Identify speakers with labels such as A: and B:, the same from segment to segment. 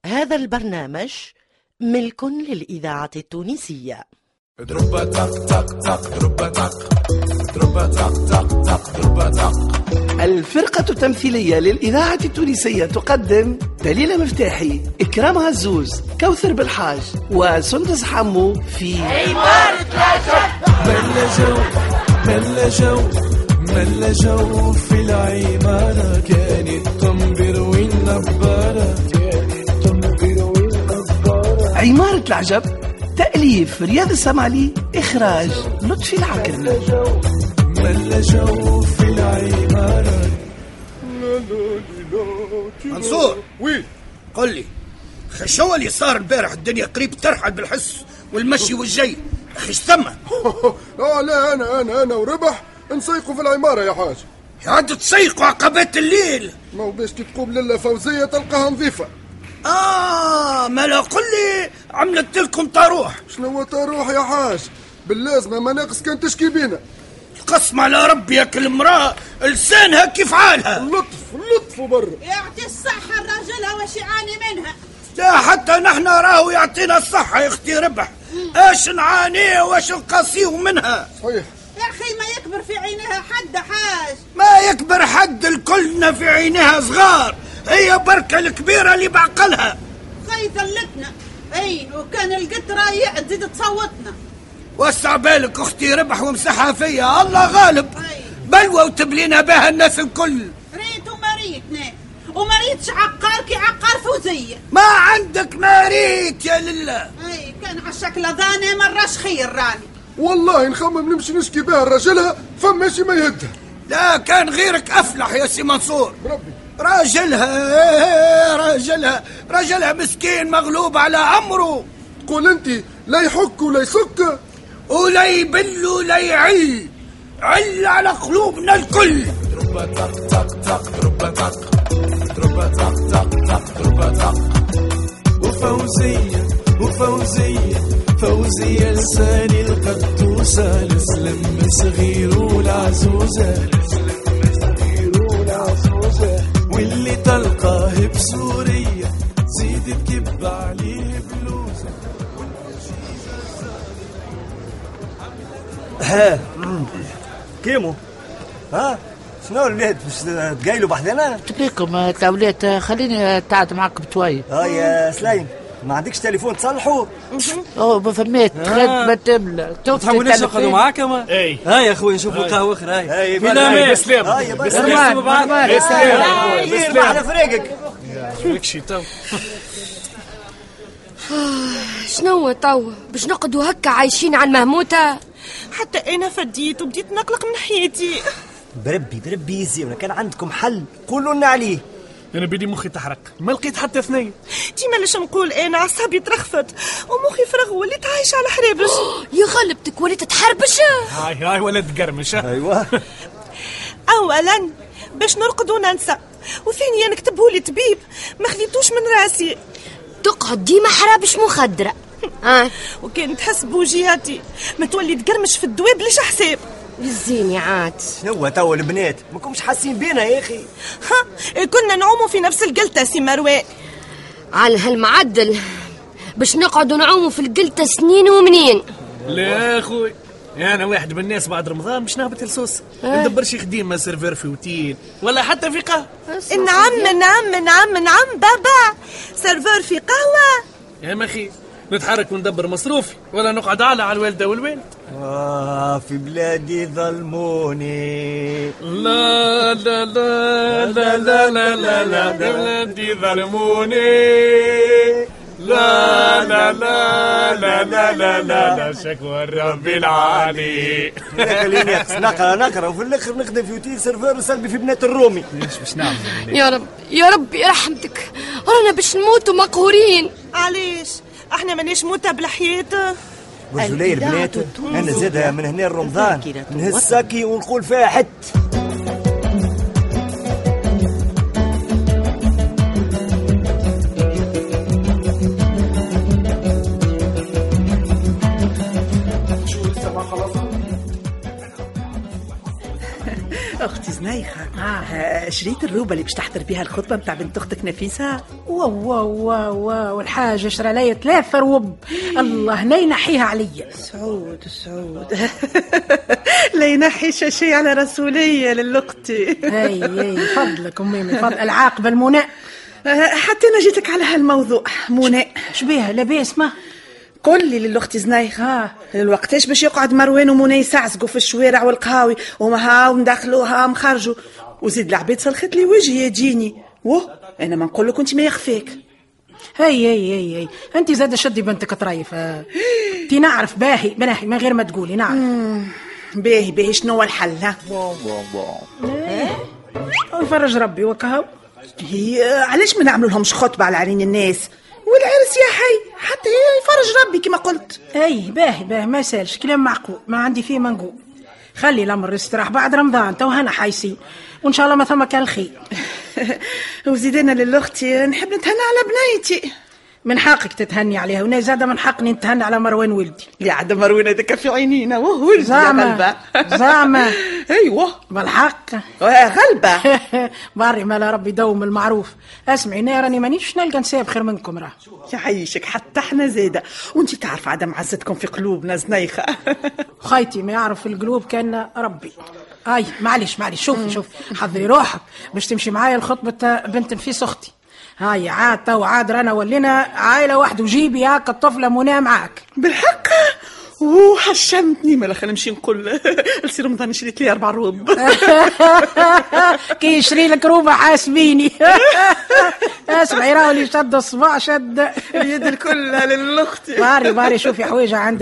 A: هذا البرنامج ملك للإذاعة التونسية.
B: الفرقة التمثيلية للإذاعة التونسية تقدم دليلة مفتاحي، إكرام عزوز، كوثر بالحاج وسندس حمو في
C: عمارة العجب. ملا جو في العمارة، كانت تنبر والنبارة.
B: عمارة العجب، تأليف رياض السمعلي، إخراج لطفي العكرمي.
C: ملا جو في العمارة.
D: منصور، وي قل لي شو اللي صار البارح؟ الدنيا قريب ترحل بالحس والمشي والجي. اخي اشتمه.
E: لا انا وربح نسيقوا في العمارة يا حاج.
D: عاد تسيقوا عقبات الليل؟
E: ما هو باش تقوم لله فوزية تلقاها نظيفة.
D: ما لا قل لي عملت لكم طاروح.
E: شنو طاروح يا حاج؟ باللازمة ما ناقص كان تشكي بينا.
D: القسم على ربي ياك المرأة لسانها كيف حالها.
E: اللطف برا.
F: يعطي الصحة الرجلها واش يعاني منها.
D: لا حتى نحن راهو يعطينا الصحة يا اختي ربح. ايش نعانيه واش نقاسيه منها.
E: صحيح
F: يا اخي ما يكبر في عينها حد حاج.
D: ما يكبر حد، الكلنا في عينها صغار، هي بركة الكبيرة اللي بعقلها.
F: خي ذلتنا اي، وكان القطرة يعد تصوتنا.
D: وسع بالك اختي ربح ومسحها فيا، الله غالب. بلوى وتبلينا بها الناس الكل.
F: ريت ومريتنا ومريتش عقار كي عقار فوزية.
D: ما عندك مريت يا لله.
F: اي كان عالشكل ذاني مراش خير راني.
E: والله نخمم نمشي نشكي بها رجلها فما شي ما يهدها.
D: لا كان غيرك افلح يا سي منصور.
E: بربي
D: راجلها مسكين مغلوب على امره.
E: تقول انت لا يحك ولا يسك
D: ولا يبل ولا يعل على قلوبنا الكل.
C: وفوزية لساني القدوسة، السلم صغير والعزوزة، واللي تلقاه بسوريا زيد تكب عليه بلوزة.
G: ها كيمو، شنو الولاد باش تقايلوا بحذنا؟
H: تبيكم تاولات، خليني تعاد معكم شوي.
G: يا سلايم، ما عندكش تليفون تصلحوه؟
H: ما فهمت خدمة تملى.
I: تفهموناش نقعدوا معاك اما؟ اي هاي يا اخويا نشوفوا قهوه اخرى. هاي
H: بسلام بسلام
G: على فريقك.
I: وكشي تو
J: شنو تو باش نقعدوا هكا عايشين على المهموته؟
K: حتى انا فديت وبديت نقلق من حياتي.
G: بربي يزيونا، كان عندكم حل قولوا لنا عليه.
I: انا بدي مخي تحرق، ما لقيت حتى اثنين.
K: ديما لاش نقول انا عصابي ترخفت ومخي فرغ وليت عايش على حرابش.
J: يا غلبتك وليت تحربش.
I: هاي ولد قرمش.
G: ايوه
K: اولا باش نرقد وننسى، وثانيا نكتبهولي طبيب ما خذيتوش من راسي.
J: تقعد ديما حرابش مخدره.
K: وكان تحس بوجياتي ما تولي تقرمش في الدواب ليش حساب.
J: الزيني عاد
G: شنو توا البنات ما كنتش حاسين بينا يا اخي؟
K: كنا نعوموا في نفس القلتة سي مروان.
J: على هالمعدل باش نقعدوا نعوموا في القلتة سنين ومنين.
I: لا اخوي انا واحد من الناس بعد رمضان باش نهبط لصوص ندبر شي خديمه سيرفر في اوتيل ولا حتى في قهوه.
K: نعم بابا، سيرفر في قهوه
I: يا مخي. نتحرك وندبر مصروفي ولا نقعد على الوالده والوالد.
G: في بلادي ظلموني.
I: لا لا لا لا لا لا لا لا بلادي ظلموني. لا لا لا لا لا لا لا شكوى الرب العالي.
G: خليني نقرا وفي الاخر نخدم في اوتيل سيرفر وسلبي في بنات الرومي.
I: ليش باش نعمل؟
J: يا رب يرحمتك، رانا باش نموتوا مقهورين.
K: علاش احنا مانيش موتى بالحياة؟
G: برجولي البنات انا زادها من هنا رمضان نهز ساكي ونقول فيها حت.
L: اختي زنيخه شريت الروبه اللي باش تحضر بها الخطبه متاع بنت اختك نفيسه؟
H: واو الحاجه شرا لي 3 روب. الله لا ينحيها عليا.
L: سعود لا ينحيش شيء على رسوليه للقتي.
H: اي فضلك امي فضل العاقبه المنى.
L: حتى انا جيتك على هالموضوع منى.
H: شبيها لاباس ما
L: قل لي للأخت زنيخة الوقتاش باش يقعد مروان ومنى يسعسقوا في الشوارع والقهاوي وما مدخلوها مخرجوا وزيد العباد صلخت لي وجهي يجيني انا ما نقول لك انت ما يخفيك.
H: هي انت زاد شدي بنتك طريف. تي نعرف باهي من غير ما تقولي نعرف.
L: باهي شنو الحل؟
H: يفرج ربي وكهو.
L: هي علاش ما نعملوا لهمش خطبه على عين الناس والعرس يا حي حتى يفرج ربي كما قلت.
H: باهي ما سالش كلام معقول ما عندي فيه ما نقول. خلي الامر يستراح بعد رمضان تو هنا حايسين وان شاء الله ما ثم كان الخير.
L: وزيدنا للاختي نحب نتهنى على بنيتي.
H: من حقك تتهني عليها وانا زاده من حقني نتهنى على مروان ولدي.
L: يا عاد مروان هذاك في عينينا وهو
H: زعما
L: ايوه
H: بالحق
L: غلبه.
H: باري ما ربي دوم المعروف. اسمعي انا راني مانيش نلقى نساب خير منكم راه.
L: يعيشك حتى احنا زاده وانت تعرف عدم عزتكم في قلوبنا زنيخه.
H: خيتي ما يعرف في القلوب كان ربي. معليش شوفي حضري روحك باش تمشي معايا الخطبه بنت نفيس اختي. هاي عاد رانا ولينا عائله واحده وجيبي هاك الطفله منى معاك.
L: بالحق حشمتني. ما خلينا نمشي نقول لسي رمضان شريت لي 4 روب.
H: كي يشري لك روبه حاسبيني. اسمعي راهو اللي شد الصباع شد
L: اليد الكل للاختي.
H: باري شوفي حويجه عندك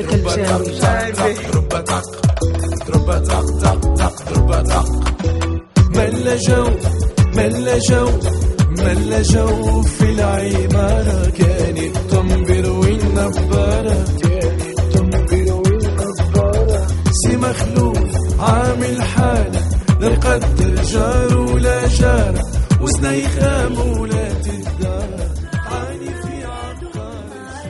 C: ملا جو في العمارة كانت تنبر والنبارة سي مخلوف عامل حالة لا نقدر جار ولا جارة وزنيخة مولات الدار عاني في عطار.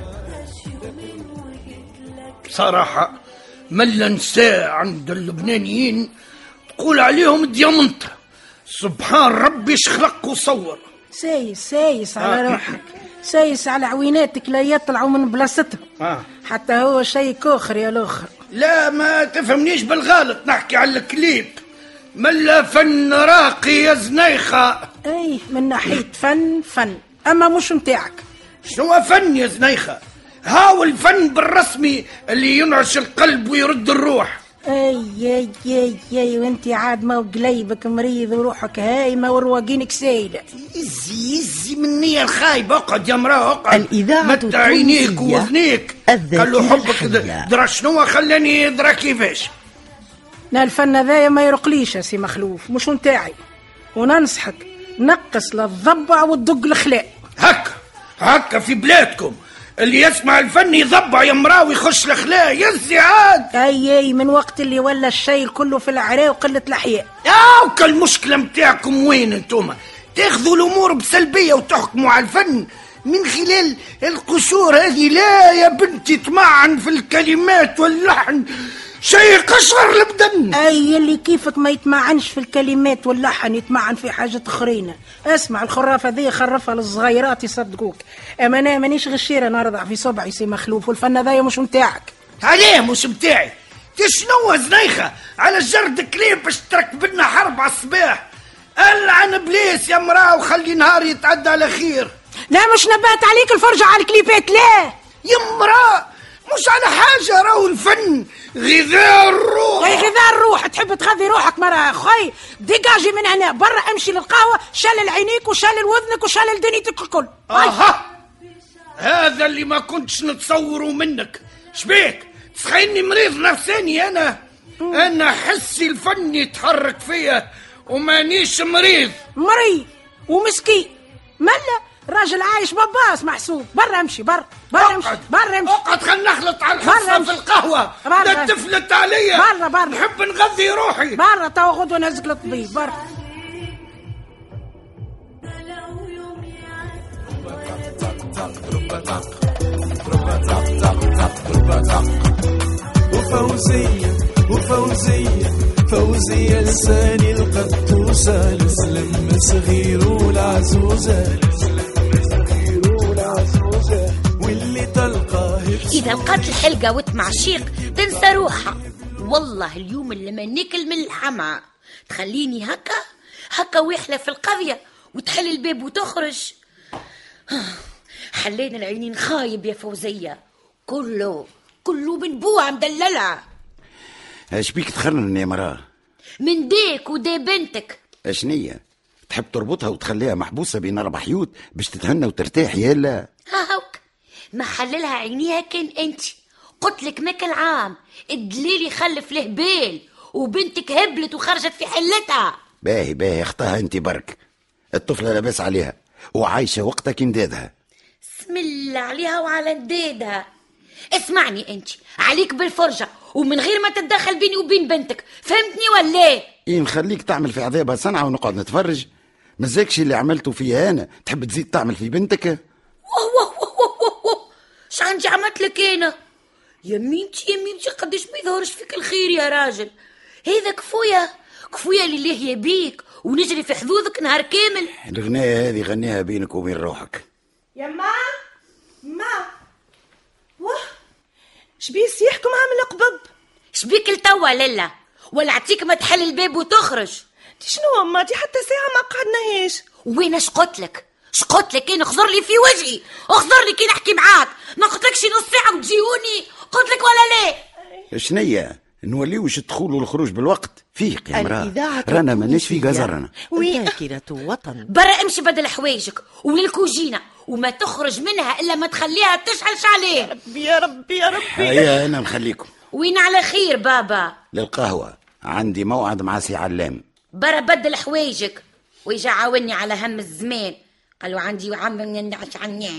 D: بصراحة ملا نساء عند اللبنانيين تقول عليهم ديامنطة. سبحان ربي خلق وصور.
H: سايس على روحك سايس على عويناتك لا يطلعوا من بلاصتهم. حتى هو شيء كوخر يا الاخر.
D: لا ما تفهمنيش بالغلط نحكي على الكليب ملا فن راقي يا زنيخة.
H: من ناحية فن اما مش متاعك.
D: شنو فن يا زنيخة؟ هاو الفن بالرسمي اللي ينعش القلب ويرد الروح.
H: اي وانتي عاد ما قليبك مريض وروحك هايمه ورواقينك سايله.
D: يزي من النية الخايبة. اقعد يا مراه اقعد.
A: الإذاعة
D: مت عينيك وذنيك. قال له حبك درا شنو خلاني درا كيفاش.
H: الفن ذايا ما يرقليش يا سي مخلوف مش نتاعي وننصحك نقص للضبع والدق الخلاء.
D: هكا في بلادكم اللي يسمع الفن يضبع يا مراوي يخش الخلاء يزي عاد.
H: اي من وقت اللي ولا الشيء كله في العراء وقلة الاحياء.
D: وكل المشكلة متاعكم وين انتوما تاخذوا الامور بسلبية وتحكموا على الفن من خلال القشور هذه. لا يا بنتي تمعن في الكلمات واللحن شيء قشر البدن.
H: اللي كيفك ما يتمعنش في الكلمات واللحن يتمعن في حاجة اخرين. اسمع الخرافة ذي خرفها للصغيرات يصدقوك. اما انا مانيش غشيرة نرضع في صبعي سي مخلوف والفن ذايا مش متاعك.
D: عليه مش متاعي؟ شنو زنيخة على جرد كليب باش تركب لنا حرب على الصباح. العن بليس يا مراه وخلي نهار يتعدى على خير.
H: لا مش نبات عليك الفرجة على الكليبات. لا
D: يا مراه مش على حاجة راهو الفن غذاء الروح.
H: غذاء الروح. تحب تغذي روحك مرة خي ديجاجي من هنا برا امشي للقهوة شلل عينيك وشلل وذنك وشلل دنيتك الكل.
D: هذا اللي ما كنتش نتصوره منك. شبيك تسخيني مريض نفساني انا حسي الفن يتحرك فيا ومانيش مريض
H: ومسكين ملا راجل عايش بباص محسوب. برا امشي برا امشي.
D: اقعد خلينا نخلط على الحصه في القهوه. لا تفلت عليا.
H: برا
D: نحب نغذي روحي.
H: برا تو غد ونزق للطبيب. برا
C: وفوزية فوزية لساني القدوسة لسلم صغير والعزوزة واللي تلقاه
M: إذا لقات الحلقة وتمعشيق تنسى روحها. والله اليوم اللي ما ناكل من الحما تخليني هكا ويحلى في القضية وتحل الباب وتخرج. حلينا العينين خايب يا فوزية، كله من بوعة مدللة.
N: اش بيك تخرن يا مراه؟
M: من ديك ودي بنتك.
N: اشنية تحب تربطها وتخليها محبوسة بين 4 حيوت باش تتهنى وترتاح؟ يلا
M: هاوك ما حللها عينيها كان انت قلت لك ماكل عام الدليل يخلف له بال وبنتك هبلت وخرجت في حلتها.
N: باهي اختها انت برك، الطفلة لاباس عليها وعايشة وقتها كندادها.
M: بسم الله عليها وعلى ندادها. اسمعني انت عليك بالفرجة ومن غير ما تتدخل بيني وبين بنتك، فهمتني ولا ايه؟
N: نخليك تعمل في عذابها صنعة ونقعد نتفرج؟ مزاكش اللي عملته فيها انا تحب تزيد تعمل في بنتك؟
M: ش عندي عملت لك انا؟ يا ميمتي قديش ما يظهرش فيك الخير يا راجل. هذا كفوية لله يبيك ونجري في حظوظك نهار كامل.
N: الغناية هذه غنيها بينك وبين روحك.
K: يا ما شبيس يحكم عامل قبب؟
M: شبيك التوا للا ولا عطيك ما تحل الباب وتخرج؟
K: شنو ما دي حتى ساعة ما قعدناهاش.
M: وين شقلت لك كين اخضر لي في وجهي، اخضر لي كي نحكي معاك، ما قلتلكش نص ساعة وتجيوني قلت لك ولا لا؟
N: شنية نوليوش الدخول والخروج بالوقت؟ فيق يا مراه رانا ماناش في جزرنا.
A: ذاكرة وطن.
M: برا امشي بدل حوايجك وللكوجينة وما تخرج منها الا ما تخليها تشعل شعليه.
K: يا ربي
N: هيا انا نخليكم.
M: وين على خير بابا؟
N: للقهوة عندي موعد مع سي علام.
M: برا بدل حوايجك ويجا عاوني على هم الزمان. قالوا عندي وعم يندعش عني.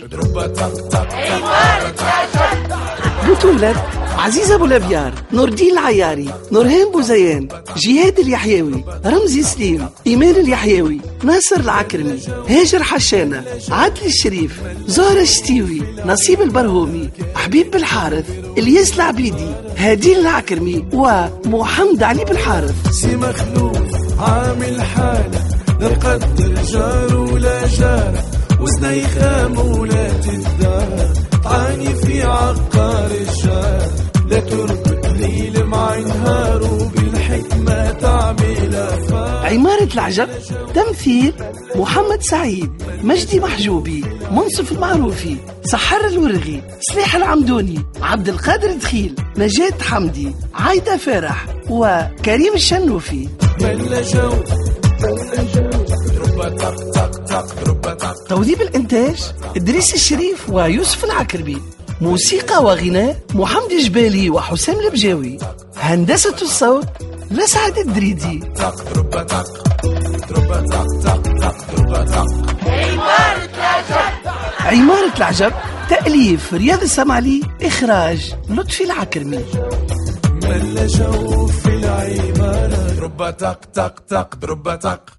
B: بطولة عزيزة أبو الأبيار، نور الدين العياري، نورهان بوزيان، جهاد اليحيوي، رمزي سليم، إيمان اليحيوي، ناصر العكرمي، هاجر حشانة، عادل الشريف، زهرة الشتيوي، نصيب البرهومي، حبيب بالحارث، الياس العبيدي، هادين العكرمي ومحمد علي بالحارث.
C: سي مخلوف عامل حالة نقدر جار ولا جارة وزني خام ولا تدار تعاني في عقار الشارع لا تركض ليل مع نهار وبالحكمة تعمل أفعال.
B: عمارة العجب تمثيل محمد سعيد، مجدي محجوبي، منصف المعروفي، سحر الورغي، سلاح العمدوني، عبد القادر دخيل، نجاة حمدي، عايدة فرح وكريم الشنوفي. توظيف الإنتاج إدريس الشريف ويوسف العكربي. موسيقى وغناء محمد جبالي وحسام البجاوي. هندسة الصوت لسعد الدريدي. عمارة العجب تأليف رياض السمعلي، إخراج لطفي العكرمي.
C: ملا جو في العمارة ضربة طق طق طق ضربة طق.